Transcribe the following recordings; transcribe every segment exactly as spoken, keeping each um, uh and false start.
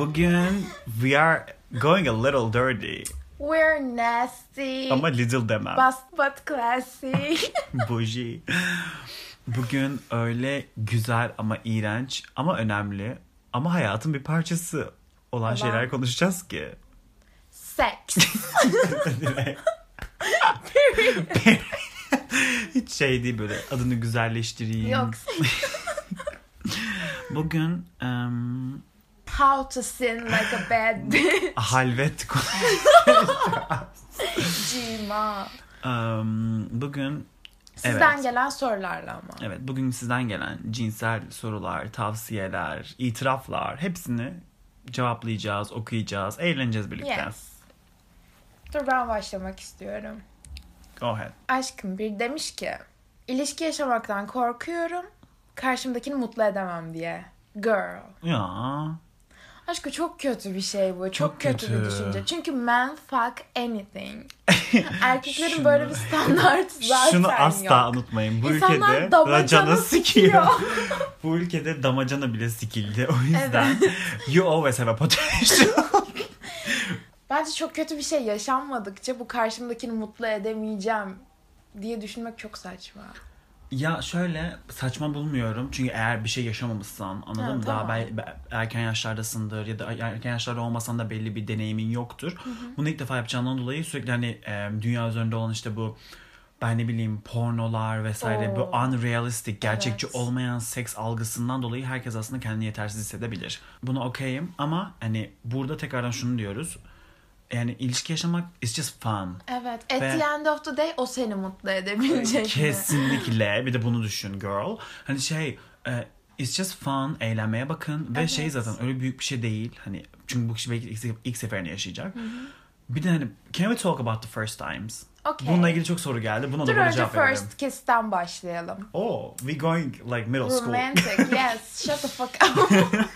Bugün we are going a little dirty. We're nasty. Ama little demem. But, but classy. Bougie. Bugün öyle güzel ama iğrenç ama önemli ama hayatın bir parçası olan Olan. şeyler konuşacağız ki. Sex. Hiç şey değil, böyle adını güzelleştireyim. Yok. Bugün um, How to sin like a bad bitch. halvet Cima. um, bugün Sizden evet. gelen sorularla ama. Evet, bugün sizden gelen cinsel sorular, tavsiyeler, itiraflar hepsini cevaplayacağız, okuyacağız, eğleneceğiz birlikte. Yes. Dur ben başlamak istiyorum. Go ahead. Aşkım bir demiş ki ilişki yaşamaktan korkuyorum. Karşımdakini mutlu edemem diye. Girl. Ya. Aşkım çok kötü bir şey bu. Çok, Çok kötü. kötü. bir düşünce. Çünkü men fuck anything. Erkeklerin Şunu- böyle bir standartı zaten Şunu yok. asla unutmayın. Bu İnsanlar ülkede damacana racana sikiyor. sikiyor. Bu ülkede damacana bile sikildi. O yüzden you always have a potential. Bence çok kötü bir şey yaşanmadıkça bu karşımdakini mutlu edemeyeceğim diye düşünmek çok saçma. Ya şöyle, saçma bulmuyorum. Çünkü eğer bir şey yaşamamışsan, anladın Ha, mı? Daha tamam. bel- be- erken yaşlardasındır ya da erken yaşlarda olmasan da belli bir deneyimin yoktur. Hı hı. Bunu ilk defa yapacağından dolayı sürekli hani e, dünya üzerinde olan işte bu, ben ne bileyim, pornolar vesaire, Oo. bu unrealistic, gerçekçi Evet. olmayan seks algısından dolayı herkes aslında kendini yetersiz hissedebilir. Buna okeyim ama hani burada tekrardan şunu diyoruz. Yani ilişki yaşamak is just fun. Evet. At Ve- the end of the day o seni mutlu edebilecek mi? Kesinlikle. Bir de bunu düşün girl. Hani şey, e, it's just fun. Eğlenmeye bakın. Ve Evet. şey zaten öyle büyük bir şey değil. Hani çünkü bu kişi belki ilk, ilk seferini yaşayacak. Hı-hı. Bir de hani can we talk about the first times? Okay. Bununla ilgili çok soru geldi. Buna Dur da böyle önce cevap verelim. first kiss'ten başlayalım. Oh, we going like middle school. Romantic, yes. Shut the fuck up.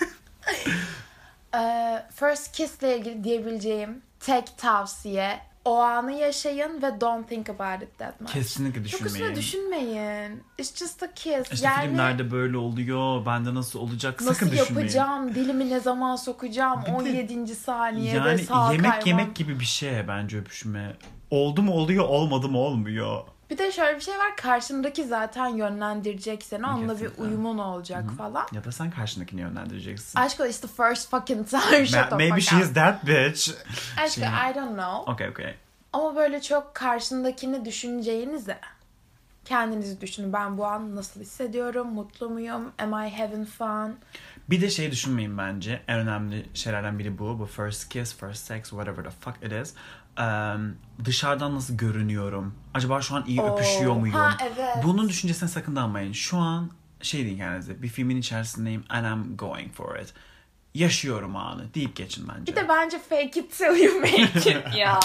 Ee, first kiss ile ilgili diyebileceğim tek tavsiye, o anı yaşayın ve don't think about it that much. Kesinlikle Çok düşünmeyin. üstüne düşünmeyin. It's just a kiss. İşte yani filmlerde böyle oluyor. Bende nasıl olacak? nasıl Sakın düşünmeyin. yapacağım, dilimi ne zaman sokacağım, Bir de- on yedinci saniyede Yani sağ yemek kaymam. yemek gibi bir şey bence öpüşme. Oldu mu oluyor, olmadı mı olmuyor. Bir de şöyle bir şey var, karşındaki zaten yönlendirecek seni, onunla bir Kesinlikle. uyumun olacak Hı-hı. falan. Ya da sen karşındakini yönlendireceksin. Aşkım it's the first fucking time. Shut Ma- the Maybe fuck she up. is that bitch. Aşkım Şey- I don't know. Okay, okay. Ama böyle çok karşındakini düşüneceğinize kendinizi düşünün. Ben bu an nasıl hissediyorum? Mutlu muyum? Am I having fun? Bir de şey düşünmeyin bence. En önemli şeylerden biri bu. Bu first kiss, first sex, whatever the fuck it is. Um, dışarıdan nasıl görünüyorum? Acaba şu an iyi Oo, öpüşüyor muyum? ha, evet. Bunun düşüncesine sakın dalmayın. Şu an şey deyin kendinize. Bir filmin içerisindeyim and I'm going for it. Yaşıyorum anı deyip geçin bence. Bir de bence fake it till you make it ya.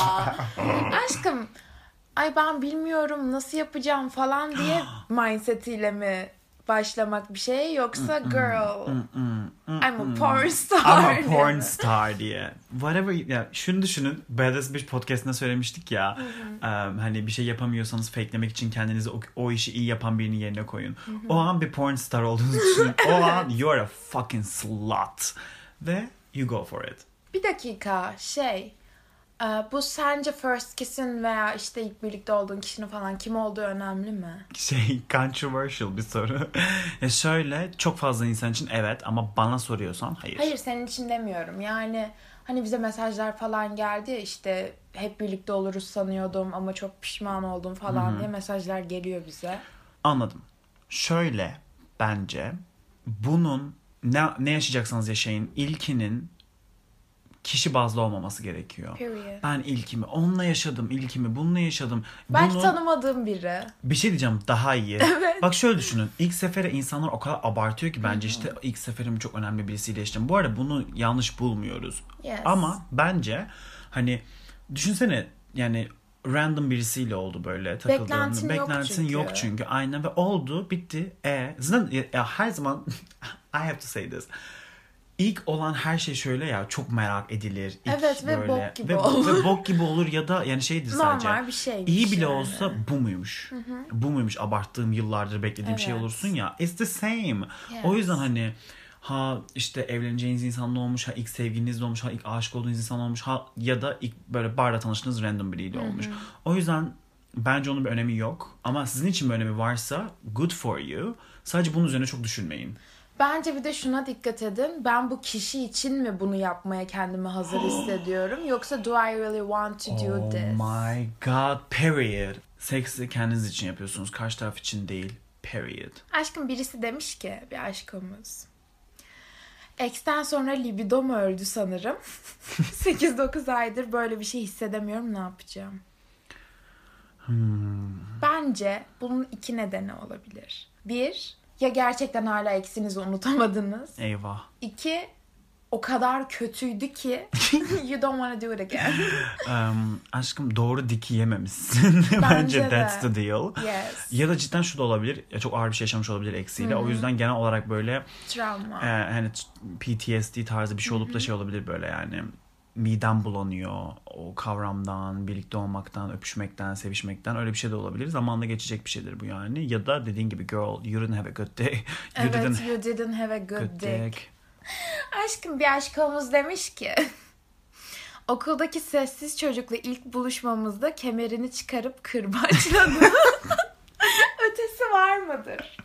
Aşkım ay ben bilmiyorum nasıl yapacağım falan diye mindsetiyle mi başlamak bir şey, yoksa girl I'm a porn star. I'm a porn star diye. Whatever, ya şunu düşünün. Badass Bitch podcast'ında söylemiştik ya. um, hani bir şey yapamıyorsanız fakelemek için kendinizi o, o işi iyi yapan birinin yerine koyun. O an bir porn star olduğunuzu düşünün. O an you're a fucking slut. Ve you go for it. Bir dakika şey e, bu sence first kiss'in veya işte ilk birlikte olduğun kişinin falan kim olduğu önemli mi? Şey, controversial bir soru. ya şöyle, çok fazla insan için evet ama bana soruyorsan hayır. Hayır, senin için demiyorum. Yani hani bize mesajlar falan geldi ya, işte hep birlikte oluruz sanıyordum ama çok pişman oldum falan Hı-hı. diye mesajlar geliyor bize. Anladım. Şöyle, bence bunun ne, ne yaşayacaksanız yaşayın, ilkinin kişi bazlı olmaması gerekiyor. Period. Ben ilkimi onunla yaşadım, ilkimi bununla yaşadım. Belki Bunu, tanımadığım biri. bir şey diyeceğim, daha iyi. Evet. Bak şöyle düşünün. İlk sefere insanlar o kadar abartıyor ki bence işte ilk seferim çok önemli birisiyle yaşadım. Bu arada bunu yanlış bulmuyoruz. Yes. Ama bence hani düşünsene, yani random birisiyle oldu böyle takıldığın. Beklentin yok Beklentin çünkü. yok çünkü. Aynen, ve oldu, bitti. E zaten ya, ya her zaman I have to say this. İlk olan her şey şöyle ya, çok merak edilir. İlk Evet, ve böyle, bok gibi ve, olur. Ve bok gibi olur ya da yani şeydir sadece. Normal bir şey. İyi bile olsa bu muymuş? Bu muymuş abarttığım, yıllardır beklediğim şey Evet. olursun ya. It's the same. Yes. O yüzden hani ha işte evleneceğiniz insan olmuş, ha ilk sevgiliniz olmuş, ha ilk aşık olduğunuz insan olmuş, ha ya da ilk böyle barda tanıştığınız random biriyle olmuş. Hı-hı. O yüzden bence onun bir önemi yok. Ama sizin için bir önemi varsa good for you. Sadece bunun üzerine çok düşünmeyin. Bence bir de şuna dikkat edin. Ben bu kişi için mi bunu yapmaya kendimi hazır hissediyorum? Yoksa do I really want to do oh this? Oh my god, period. Seksi kendiniz için yapıyorsunuz. Karşı taraf için değil. Period. Aşkım birisi demiş ki, bir aşkımız. Ex'ten sonra libidom öldü sanırım. sekiz dokuz aydır böyle bir şey hissedemiyorum. Ne yapacağım? Hmm. Bence bunun iki nedeni olabilir. Bir, ya gerçekten hala eksinizi unutamadınız. Eyvah. İki, o kadar kötüydü ki you don't want to do it again. um, aşkım doğru diki yememişsin. Bence, Bence that's the deal. Yes. Ya da cidden şu da olabilir. Ya çok ağır bir şey yaşamış olabilir eksiyle. Hı-hı. O yüzden genel olarak böyle travma. E, hani P T S D tarzı bir şey olup Hı-hı. da şey olabilir böyle yani. Midem bulanıyor o kavramdan, birlikte olmaktan, öpüşmekten, sevişmekten, öyle bir şey de olabilir. Zamanla geçecek bir şeydir bu yani. Ya da dediğin gibi girl, you didn't have a good day. You evet, didn't you didn't have a good, good dick. dick. Aşkım bir aşkımız demiş ki okuldaki sessiz çocukla ilk buluşmamızda kemerini çıkarıp kırbaçladı. Ötesi var mıdır?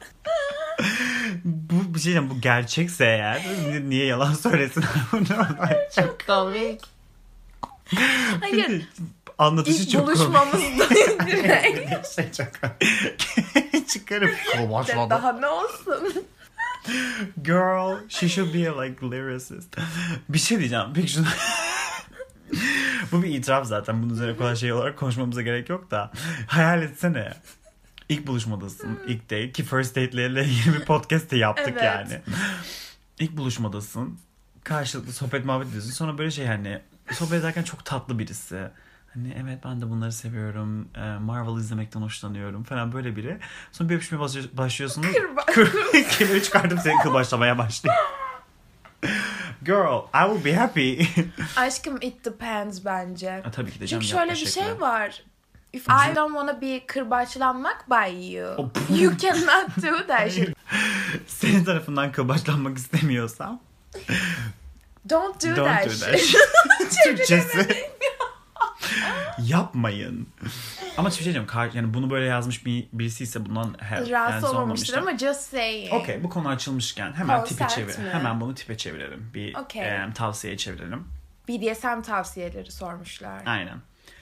Bu bir şey diyeceğim, bu gerçekse eğer niye yalan söylesin? Çok komik. Hayır. Anlatışı İlk çok komik. buluşmamızda direkt. Şey çok çıkarıp kırbaçladı. Daha ne olsun? Girl, she should be a like lyricist. Bir şey diyeceğim. Peki şunu... Bu bir itiraf zaten. Bunun üzerine kolay şey olarak konuşmamıza gerek yok da. Hayal etsene. İlk buluşmadasın. ilk date. Ki first date'lerle ilgili bir podcast de yaptık evet. yani. İlk buluşmadasın. Karşılıklı sohbet muhabbet ediyorsun. Sonra böyle şey hani sohbet ederken çok tatlı birisi. Hani evet ben de bunları seviyorum. Marvel izlemekten hoşlanıyorum falan böyle biri. Sonra bir öpüşmeye başlıyorsunuz. Kırbaç. Kemeri çıkartıp seni kırbaçlamaya başlıyor. Girl, I will be happy. Aşkım it depends bence. Ha, tabii ki de canım. Çünkü şöyle bir şekilde. Şey var. If I don't wanna be kırbaçlanmak by you, you cannot do that shit. Senin tarafından kırbaçlanmak istemiyorsam. Don't do don't that, do that shit. Türkçesi. Yapmayın. Ama bir şey diyeceğim. Yani bunu böyle yazmış bir birisi ise bundan rahatsız yani olmamıştır ama just saying. Okey, bu konu açılmışken hemen tipe çevir. Hemen bunu tipe çevirelim. Bir okay. e, tavsiye çevirelim. B D S M tavsiyeleri sormuşlar. Aynen.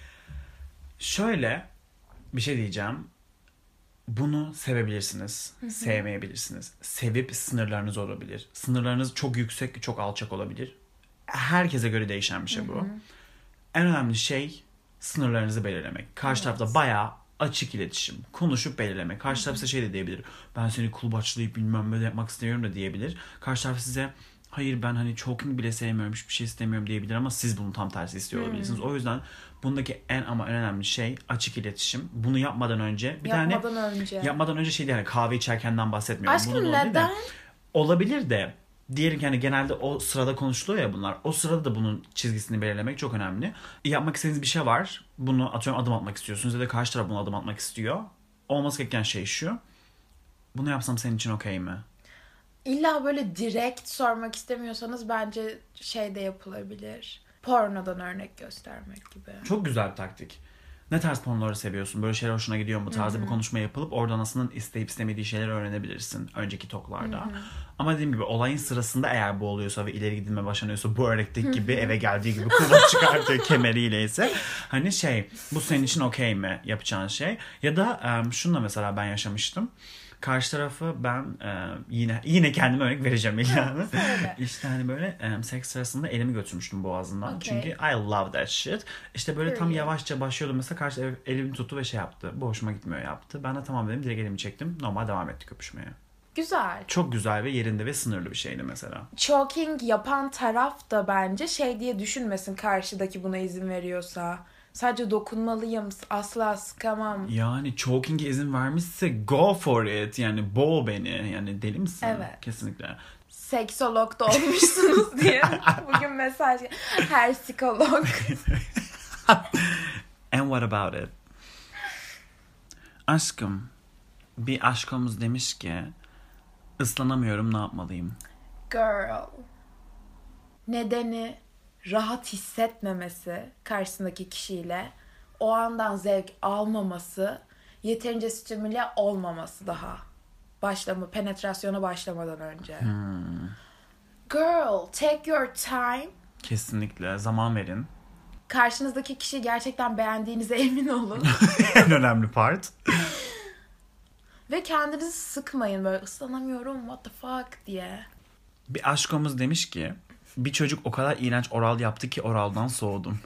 Şöyle bir şey diyeceğim. Bunu sevebilirsiniz. Hı-hı. Sevmeyebilirsiniz. Sevip sınırlarınız olabilir. Sınırlarınız çok yüksek, çok alçak olabilir. Herkese göre değişen bir şey Hı-hı. bu. En önemli şey sınırlarınızı belirlemek. Karşı evet. tarafta bayağı açık iletişim. Konuşup belirlemek. Karşı taraf size şey de diyebilir. Ben seni kulbaçlayıp bilmem ne yapmak istemiyorum da diyebilir. Karşı taraf size hayır ben hani choking bile sevmiyorum, hiçbir şey istemiyorum diyebilir ama siz bunu tam tersi istiyor hmm. olabilirsiniz. O yüzden bundaki en ama en önemli şey açık iletişim. Bunu yapmadan önce bir yapmadan tane önce. yapmadan önce şey değil, yani kahve içerkenden bahsetmiyorum. Aşkım bunu neden? De, olabilir de diyelim ki hani genelde o sırada konuşuluyor ya bunlar. O sırada da bunun çizgisini belirlemek çok önemli. Yapmak istediğiniz bir şey var. Bunu atıyorum adım atmak istiyorsunuz ya da karşı taraf bunu adım atmak istiyor. Olması gereken şey şu. Bunu yapsam senin için okey mi? İlla böyle direkt sormak istemiyorsanız bence şey de yapılabilir. Pornodan örnek göstermek gibi. Çok güzel bir taktik. Ne tarz pornoları seviyorsun? Böyle şeyler hoşuna gidiyor mu? Bu tarzda bir konuşma yapılıp oradan aslında isteyip istemediği şeyleri öğrenebilirsin önceki toklarda. Hı-hı. Ama dediğim gibi olayın sırasında eğer bu oluyorsa ve ileri gidilme başlanıyorsa bu örnekteki gibi eve geldiği gibi kulak çıkartıyor kemeriyle ise hani şey bu senin için okey mi yapacağın şey? Ya da um, şununla mesela ben yaşamıştım. Karşı tarafı ben e, yine yine kendime örnek vereceğim yani. İşte hani böyle e, seks sırasında elimi götürmüştüm boğazından. Okay. Çünkü I love that shit. İşte böyle tam yavaşça başlıyordum mesela karşı el, elimi tuttu ve şey yaptı. Bu hoşuma gitmiyor yaptı. Ben de tamam dedim, direkt elimi çektim. Normal devam ettik öpüşmeye. Güzel. Çok güzel ve yerinde ve sınırlı bir şeydi mesela. Choking yapan taraf da bence şey diye düşünmesin karşıdaki buna izin veriyorsa. Sadece dokunmalıyım, asla sıkamam. Yani choking'e izin vermişse go for it. Yani boğ beni. Yani deli misin? Evet. Kesinlikle. Seksolog da olmuşsunuz diye. Bugün mesaj. Her psikolog. And what about it? Aşkım. Bir aşkımız demiş ki ıslanamıyorum, ne yapmalıyım? Girl. Nedeni rahat hissetmemesi karşısındaki kişiyle, o andan zevk almaması, yeterince stimüle olmaması daha. Başlama, penetrasyona başlamadan önce. Hmm. Girl, take your time. Kesinlikle. Zaman verin. Karşınızdaki kişiyi gerçekten beğendiğinize emin olun. En önemli part. Ve kendinizi sıkmayın böyle ıslanamıyorum what the fuck diye. Bir aşkomuz demiş ki bir çocuk o kadar iğrenç oral yaptı ki oraldan soğudum.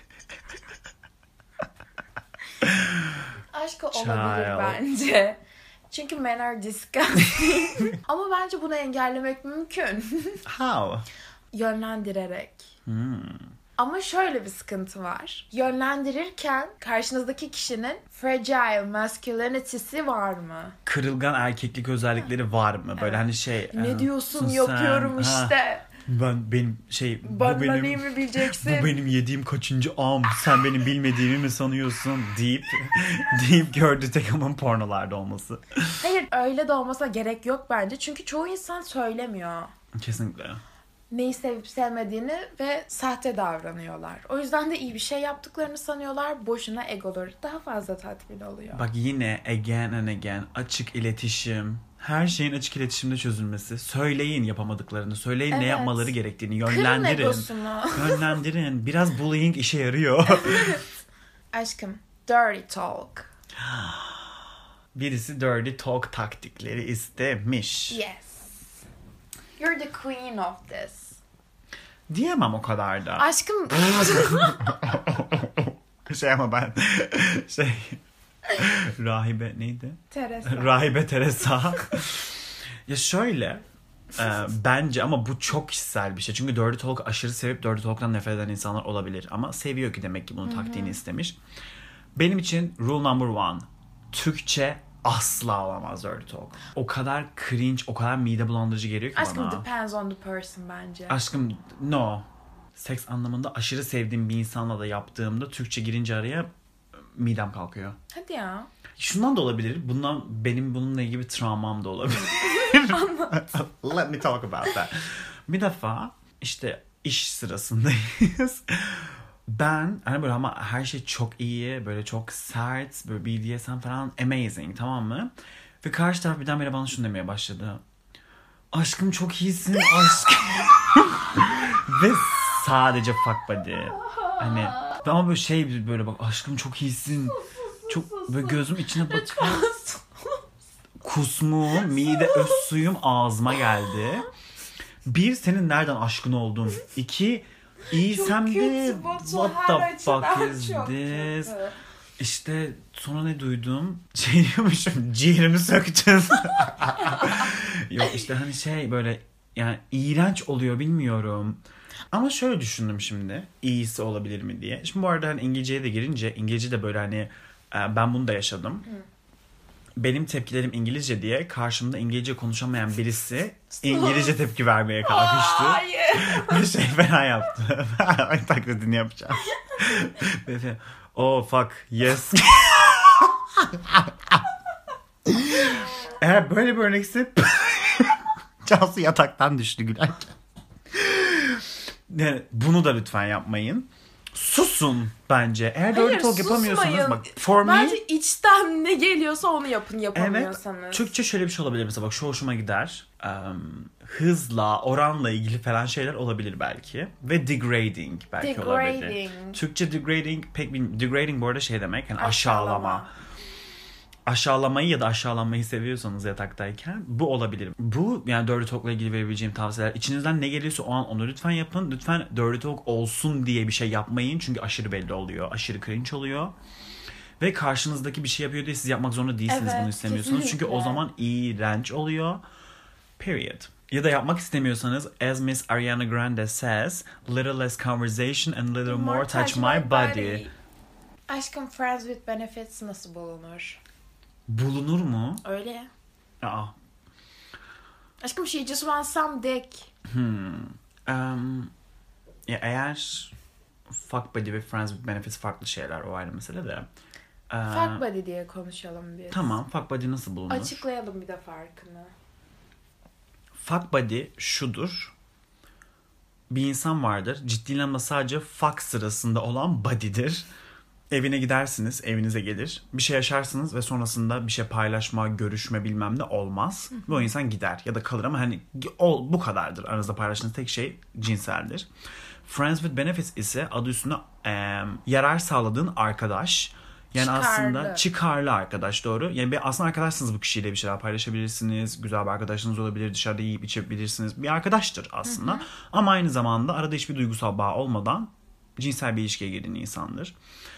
Aşkı olabilir bence. Çünkü men are disgusting. Ama bence bunu engellemek mümkün. How? Yönlendirerek. Hmm. Ama şöyle bir sıkıntı var. Yönlendirirken karşınızdaki kişinin fragile masculinity'si var mı? Kırılgan erkeklik özellikleri var mı? Böyle evet. Hani şey... Ne diyorsun yapıyorum sen, işte. Ha. Ben benim şey... Bana bu benim, mi bileceksin? Bu benim yediğim kaçıncı am. Sen benim bilmediğimi mi sanıyorsun? Deyip, deyip gördü tek amın pornolarda olması. Hayır öyle de olmasına gerek yok bence. Çünkü çoğu insan söylemiyor. Kesinlikle. Neyi sevip sevmediğini ve sahte davranıyorlar. O yüzden de iyi bir şey yaptıklarını sanıyorlar. Boşuna egoları daha fazla tatmin oluyor. Bak yine again and again açık iletişim. Her şeyin açık iletişimde çözülmesi. Söyleyin yapamadıklarını. Söyleyin evet. Ne yapmaları gerektiğini. Yönlendirin. Kırın egosunu. Yönlendirin. Biraz bullying işe yarıyor. Evet. Aşkım, dirty talk. Birisi dirty talk taktikleri istemiş. Yes. You're the queen of this. Diyemem o kadar da. Aşkım. şey ama ben şey rahibe neydi? Teresa. Rahibe Teresa. Ya şöyle e, bence ama bu çok kişisel bir şey. Çünkü dirty talk aşırı sevip dirty talk'tan nefret eden insanlar olabilir. Ama seviyor ki demek ki bunun taktiğini istemiş. Benim için rule number one. Türkçe asla olamaz dirty talk. O kadar cringe, o kadar mide bulandırıcı geliyor ki Aşkım, bana. Aşkım depends on the person bence. Aşkım no. Seks anlamında aşırı sevdiğim bir insanla da yaptığımda Türkçe girince araya midem kalkıyor. Hadi ya. Şundan da olabilir. Bundan benim bununla ilgili bir travmam da olabilir. Anlat. Let me talk about that. Bir defa işte iş sırasındayız. Ben hani böyle ama her şey çok iyi, böyle çok sert, böyle B D S M falan amazing, tamam mı? Ve karşı taraf birdenbire bana şunu demeye başladı. Aşkım çok iyisin aşkım. Ve sadece fuck buddy. Hani ama böyle şey böyle bak aşkım çok iyisin. Çok böyle gözüm içine bakıyor. Kusmuğum, mide öz suyum ağzıma geldi. Bir, senin nereden aşkın oldun? İki, İyiysem de what the fuck is this? İşte sonra ne duydum? Şey diyormuşum, ciğerimi söktün. Yok işte hani şey böyle yani iğrenç oluyor bilmiyorum. Ama şöyle düşündüm şimdi. İyisi olabilir mi diye. Şimdi bu arada hani İngilizceye de girince İngilizce de böyle hani ben bunu da yaşadım. Hı. Benim tepkilerim İngilizce diye karşımda İngilizce konuşamayan birisi İngilizce tepki vermeye kalkıştı. Bir şey fena yaptı. Ay taklidini yapacağım. Böyle, oh fuck yes. Eğer böyle bir örnekse Cansu yataktan düştü gülerken. Yani bunu da lütfen yapmayın. Susun bence. Eğer dirty talk yapamıyorsanız bak for me. Bence içten ne geliyorsa onu yapın yapamıyorsanız. Evet. Türkçe şöyle bir şey olabilir mesela bak şu hoşuma gider. Um, hızla, oranla ilgili falan şeyler olabilir belki. Ve degrading belki degrading. olabilir. Türkçe degrading pek bilmiyorum. Degrading bu arada şey demek yani aşağılama. aşağılama. Aşağılamayı ya da aşağılanmayı seviyorsanız yataktayken bu olabilir. Bu yani dirty talk'la ilgili verebileceğim tavsiyeler. İçinizden ne geliyorsa o an onu lütfen yapın. Lütfen dirty talk olsun diye bir şey yapmayın. Çünkü aşırı belli oluyor. Aşırı cringe oluyor. Ve karşınızdaki bir şey yapıyor diye siz yapmak zorunda değilsiniz evet, bunu istemiyorsunuz. Kesinlikle. Çünkü o zaman iğrenç oluyor. Period. Ya da yapmak istemiyorsanız as Miss Ariana Grande says, little less conversation and little more, more touch, touch my body. body. Aşkım friends with benefits nasıl bulunur? Bulunur mu? Öyle. Aa. Aşkım she just wants some dick. Hmm. Um, ya eğer fuck buddy ve friends with benefits farklı şeyler o ayrı mesele de. Ee, fuck buddy diye konuşalım biz. Tamam. Fuck buddy nasıl bulunur? Açıklayalım bir de farkını. fuck buddy şudur. Bir insan vardır. Ciddi anlamda sadece fuck sırasında olan buddy'dir. Evine gidersiniz, evinize gelir. Bir şey yaşarsınız ve sonrasında bir şey paylaşma, görüşme bilmem ne olmaz. Ve o insan gider ya da kalır ama hani o, bu kadardır. Aranızda paylaştığınız tek şey cinseldir. Friends with benefits ise adı üstünde e, yarar sağladığın arkadaş. Yani Çıkarlı. aslında çıkarlı arkadaş, doğru. Yani bir, aslında arkadaşsınız, bu kişiyle bir şeyler paylaşabilirsiniz. Güzel bir arkadaşınız olabilir, dışarıda yiyip içebilirsiniz. Bir arkadaştır aslında. Hı hı. Ama aynı zamanda arada hiçbir duygusal bağ olmadan cinsel bir ilişkiye girdiğin insandır.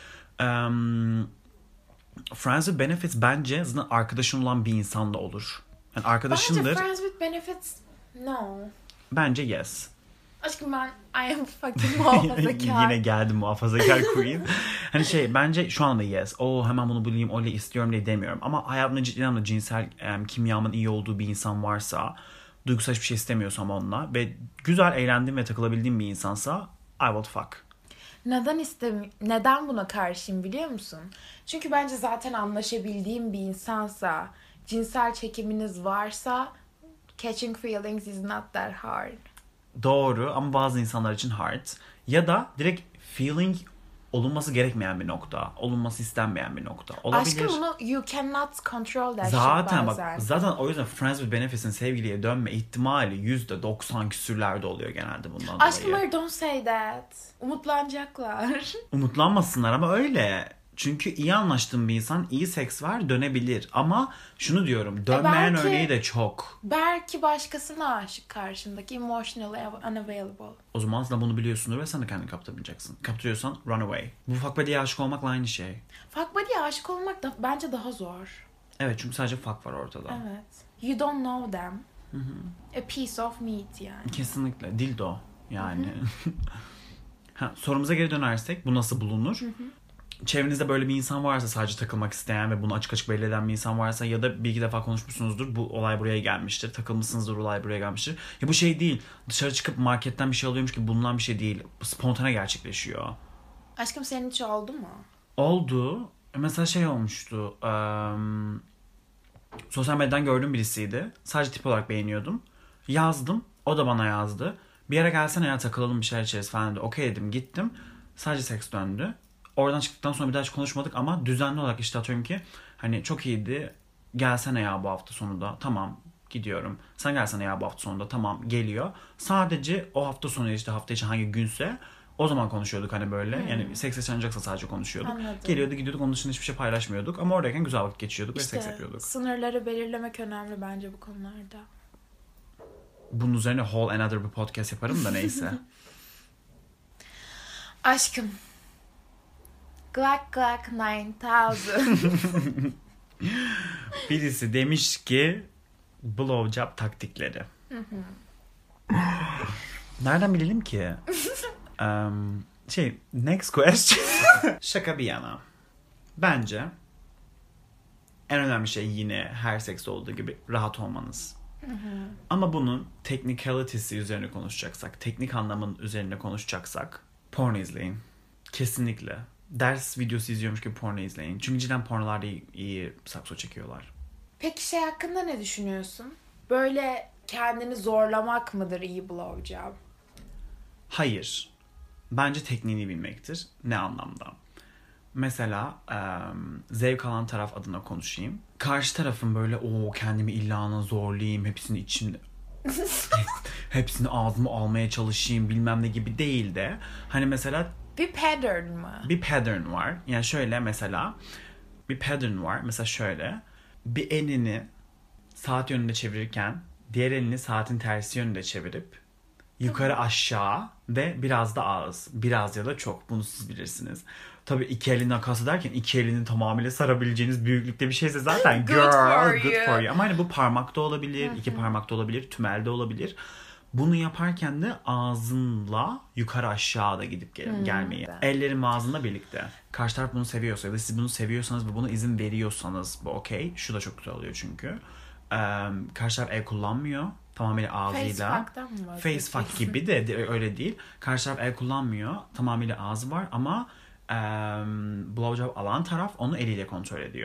Um, Friends with benefits bence zaten arkadaşın olan bir insan da olur. Yani arkadaşındır. Bence friends with benefits no. Bence yes. Aşkım ben I am fucking muhafazakar. Yine geldi muhafazakar queen. Hani şey, bence şu anda yes. O hemen bunu bulayım, öyle istiyorum diye demiyorum. Ama hayatımda ciddi anlamda cinsel um, kimyamın iyi olduğu bir insan varsa, duygusal hiçbir şey istemiyorsam onunla ve güzel eğlendiğim ve takılabildiğim bir insansa I will fuck. Neden istemi neden buna karşıyım biliyor musun? Çünkü bence zaten anlaşabildiğim bir insansa, cinsel çekiminiz varsa catching feelings is not that hard. Doğru ama bazı insanlar için hard. Ya da direkt feeling olunması gerekmeyen bir nokta. Olunması istenmeyen bir nokta. Olabilir. Aşkım bunu you cannot control that zaten shit bak bazen. zaten o yüzden Friends with Benefits'in sevgiliye dönme ihtimali yüzde doksan küsürlerde oluyor genelde bundan Aşkım dolayı. hayır, don't say that. Umutlanacaklar. Umutlanmasınlar ama öyle. Çünkü iyi anlaştığın bir insan, iyi seks var, dönebilir. Ama şunu diyorum, dönmeyen E belki- örneği de çok. Belki başkasına aşık karşındaki, emotionally unavailable. O zaman sen bunu biliyorsundur ve sen de kendini kaptırmayacaksın. Kaptırıyorsan run away. Bu fuck buddy'ye aşık olmakla aynı şey. Fuck buddy'ye aşık olmak da bence daha zor. Evet, çünkü sadece fuck var ortada. Evet. You don't know them. A piece of meat yani. Kesinlikle. Dildo yani. ha, sorumuza geri dönersek bu nasıl bulunur? Çevrenizde böyle bir insan varsa, sadece takılmak isteyen ve bunu açık açık belli eden bir insan varsa ya da bir iki defa konuşmuşsunuzdur, bu olay buraya gelmiştir. Takılmışsınızdır, olay buraya gelmiştir. Ya bu şey değil. Dışarı çıkıp marketten bir şey alıyormuş gibi bulunan bir şey değil. Spontane gerçekleşiyor. Aşkım senin hiç oldu mu? Oldu. Mesela şey olmuştu. Um, sosyal medyadan gördüğüm birisiydi. Sadece tip olarak beğeniyordum. Yazdım. O da bana yazdı. Bir yere gelsene ya, takılalım bir şeyler içeriz falan dedi. Okey dedim, gittim. Sadece seks döndü. Oradan çıktıktan sonra bir daha hiç konuşmadık ama düzenli olarak işte atıyorum ki hani çok iyiydi, gelsene ya bu hafta sonu da. Tamam, gidiyorum. Sen gelsene ya bu hafta sonu da. Tamam, geliyor. Sadece o hafta sonu, işte hafta içi hangi günse o zaman konuşuyorduk hani böyle. Hmm. Yani seks yaşanacaksa sadece konuşuyorduk. Anladım. Geliyordu, gidiyorduk, onun dışında hiçbir şey paylaşmıyorduk. Ama oradayken güzel vakit geçiriyorduk İşte, ve seks yapıyorduk. Sınırları belirlemek önemli bence bu konularda. Bunun üzerine whole another bir podcast yaparım da neyse. Aşkım. Glock Glock dokuz bin. Birisi demiş ki blowjob taktikleri. Nereden bilelim ki? um, şey, next question. Şaka bir yana. Bence en önemli şey yine her sekste olduğu gibi rahat olmanız. Ama bunun technicality'si üzerine konuşacaksak, teknik anlamın üzerine konuşacaksak porno izleyin. Kesinlikle. Ders videosu izliyormuş gibi porno izleyin. Çünkü cidden pornolarda iyi, iyi sakso çekiyorlar. Peki şey hakkında ne düşünüyorsun? Böyle kendini zorlamak mıdır iyi blowjob? Hayır. Bence tekniğini bilmektir. Ne anlamda? Mesela um, zevk alan taraf adına konuşayım. Karşı tarafın böyle o kendimi illana zorlayayım, hepsini için hepsini ağzıma almaya çalışayım bilmem ne gibi değil de hani mesela bir pattern mı? Bir pattern var. Yani şöyle mesela bir pattern var. Mesela şöyle bir elini saat yönünde çevirirken diğer elini saatin tersi yönünde çevirip yukarı aşağı ve biraz da ağız. Biraz ya da çok. Bunu siz bilirsiniz. Tabii iki elinden kastederken iki elini tamamıyla sarabileceğiniz büyüklükte bir şeyse zaten good girl, for good you. for you. Ama hani bu parmakta olabilir, iki parmakta olabilir, tümelde olabilir. Bunu yaparken de ağzınla yukarı aşağıda gidip gel- hmm. gelmeyi. Ellerin ve ağzınla birlikte. Karşı taraf bunu seviyorsa ya da siz bunu seviyorsanız ve buna izin veriyorsanız bu okey. Şu da çok güzel oluyor çünkü. Ee, karşı taraf el kullanmıyor. Tamamıyla ağzıyla. Face fuck'tan mı bahsediyorsun? Face fuck gibi de, de öyle değil. Karşı taraf el kullanmıyor. Tamamıyla ağzı var ama e, blowjob alan taraf onu eliyle kontrol ediyor.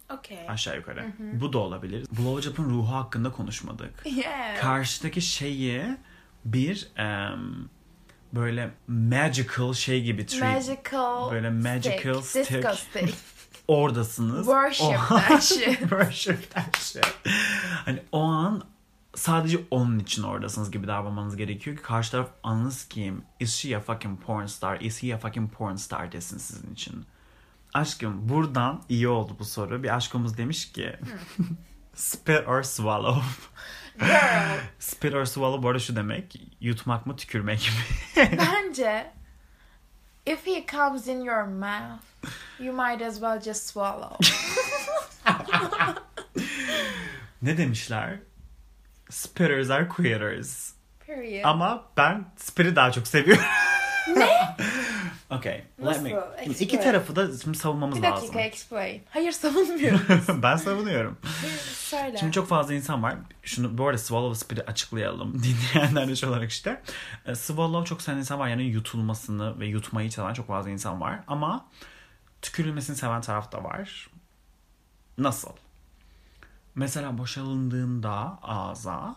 Okay. Aşağı yukarı. Hı-hı. Bu da olabilir. Blowjob'un ruhu hakkında konuşmadık. Yeah. Karşıdaki şeyi bir um, böyle magical şey gibi treat. Magical böyle magical stick. stick. Disco stick. Oradasınız. Worship that shit. Worship that shit. Hani o an sadece onun için oradasınız gibi davranmanız gerekiyor ki karşı taraf anınız kim? Is she a fucking porn star? Is he a fucking porn star desin sizin için. Aşkım buradan iyi oldu bu soru. Bir aşkımız demiş ki spit or swallow. Girl. Spit or swallow bu arada şu demek. Yutmak mı tükürmek mi? Bence if he comes in your mouth, you might as well just swallow. Ne demişler? Spitters are quitters. Period. Ama ben spit'i daha çok seviyorum. Ne? Okay. Nasıl? Let me... Explain. İki tarafı da şimdi savunmamız Bir lazım. dakika explain. Hayır savunmuyorum. Ben savunuyorum. Söyle. Şimdi çok fazla insan var. Şunu bu arada swallow spit'i açıklayalım. Dinleyenler olarak işte. Swallow çok seven insan var. Yani yutulmasını ve yutmayı çalan çok fazla insan var. Ama tükürülmesini seven taraf da var. Nasıl? Mesela boşalındığında ağza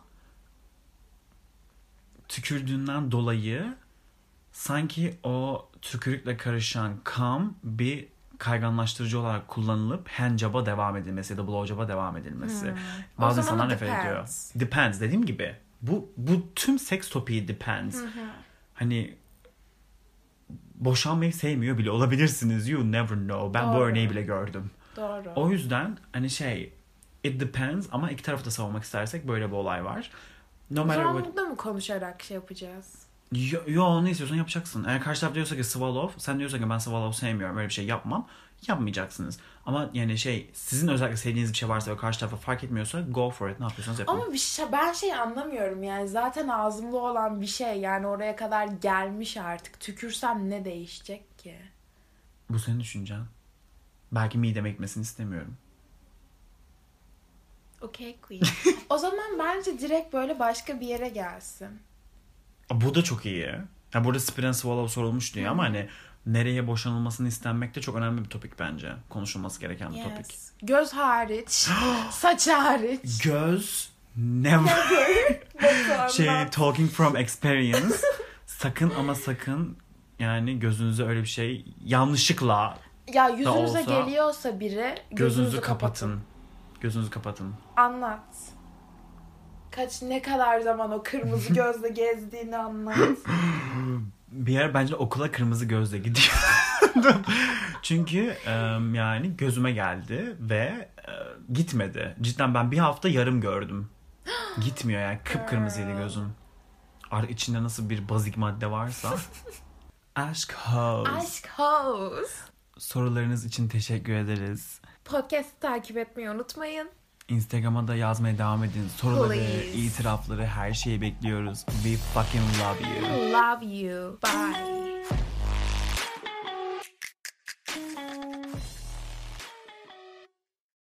tükürdüğünden dolayı sanki o tükürükle karışan kam bir kayganlaştırıcı olarak kullanılıp handjob'a devam edilmesi ya da blowjob'a devam edilmesi. Hmm. Bazı insanlar nefret ediyor. Depends dediğim gibi. Bu bu tüm seks topiği depends. Hı hı. Hani boşanmayı sevmiyor bile olabilirsiniz. You never know. Ben Doğru. bu örneği bile gördüm. Doğru. O yüzden hani şey it depends ama iki tarafı da savunmak istersek böyle bir olay var. No matter what... Burada mı konuşarak şey yapacağız? Yo, yo ne istiyorsan yapacaksın. Eğer karşı taraf diyorsa ki swallow, sen diyorsan ki ben swallow sevmiyorum, öyle bir şey yapmam. Yapmayacaksınız. Ama yani şey, sizin özellikle sevdiğiniz bir şey varsa ve karşı tarafa fark etmiyorsa go for it. Ne yapıyorsanız yapın. Ama bir şey, ben şey anlamıyorum yani. Zaten ağzımda olan bir şey. Yani oraya kadar gelmiş artık. Tükürsem ne değişecek ki? Bu senin düşüncen. Belki mideme gitmesini istemiyorum. Okay queen. O zaman bence direkt böyle başka bir yere gelsin. Bu da çok iyi. Ya burada spit and swallow sorulmuş diyor ama hani nereye boşanılmasını istenmek de çok önemli bir topik bence. Konuşulması gereken bir yes. topik. Göz hariç, saç hariç. Göz never. never. şey talking from experience. Sakın ama sakın yani gözünüze öyle bir şey yanlışlıkla ya yüzünüze olsa, geliyorsa biri gözünüzü, gözünüzü kapatın. kapatın. Gözünüzü kapatın. Anlat. Kaç ne kadar zaman o kırmızı gözle gezdiğini anlat. Bir yer bence okula kırmızı gözle gidiyordum. Çünkü um, yani gözüme geldi ve uh, gitmedi. Cidden ben bir hafta yarım gördüm. Gitmiyor yani. Kıpkırmızıydı gözüm. Artık içinde nasıl bir bazik madde varsa. Aşk House. Aşk House. Sorularınız için teşekkür ederiz. Podcast'ı takip etmeyi unutmayın. Instagram'a da yazmaya devam edin. Soruları, Please. itirafları, her şeyi bekliyoruz. We fucking love you. Love you. Bye.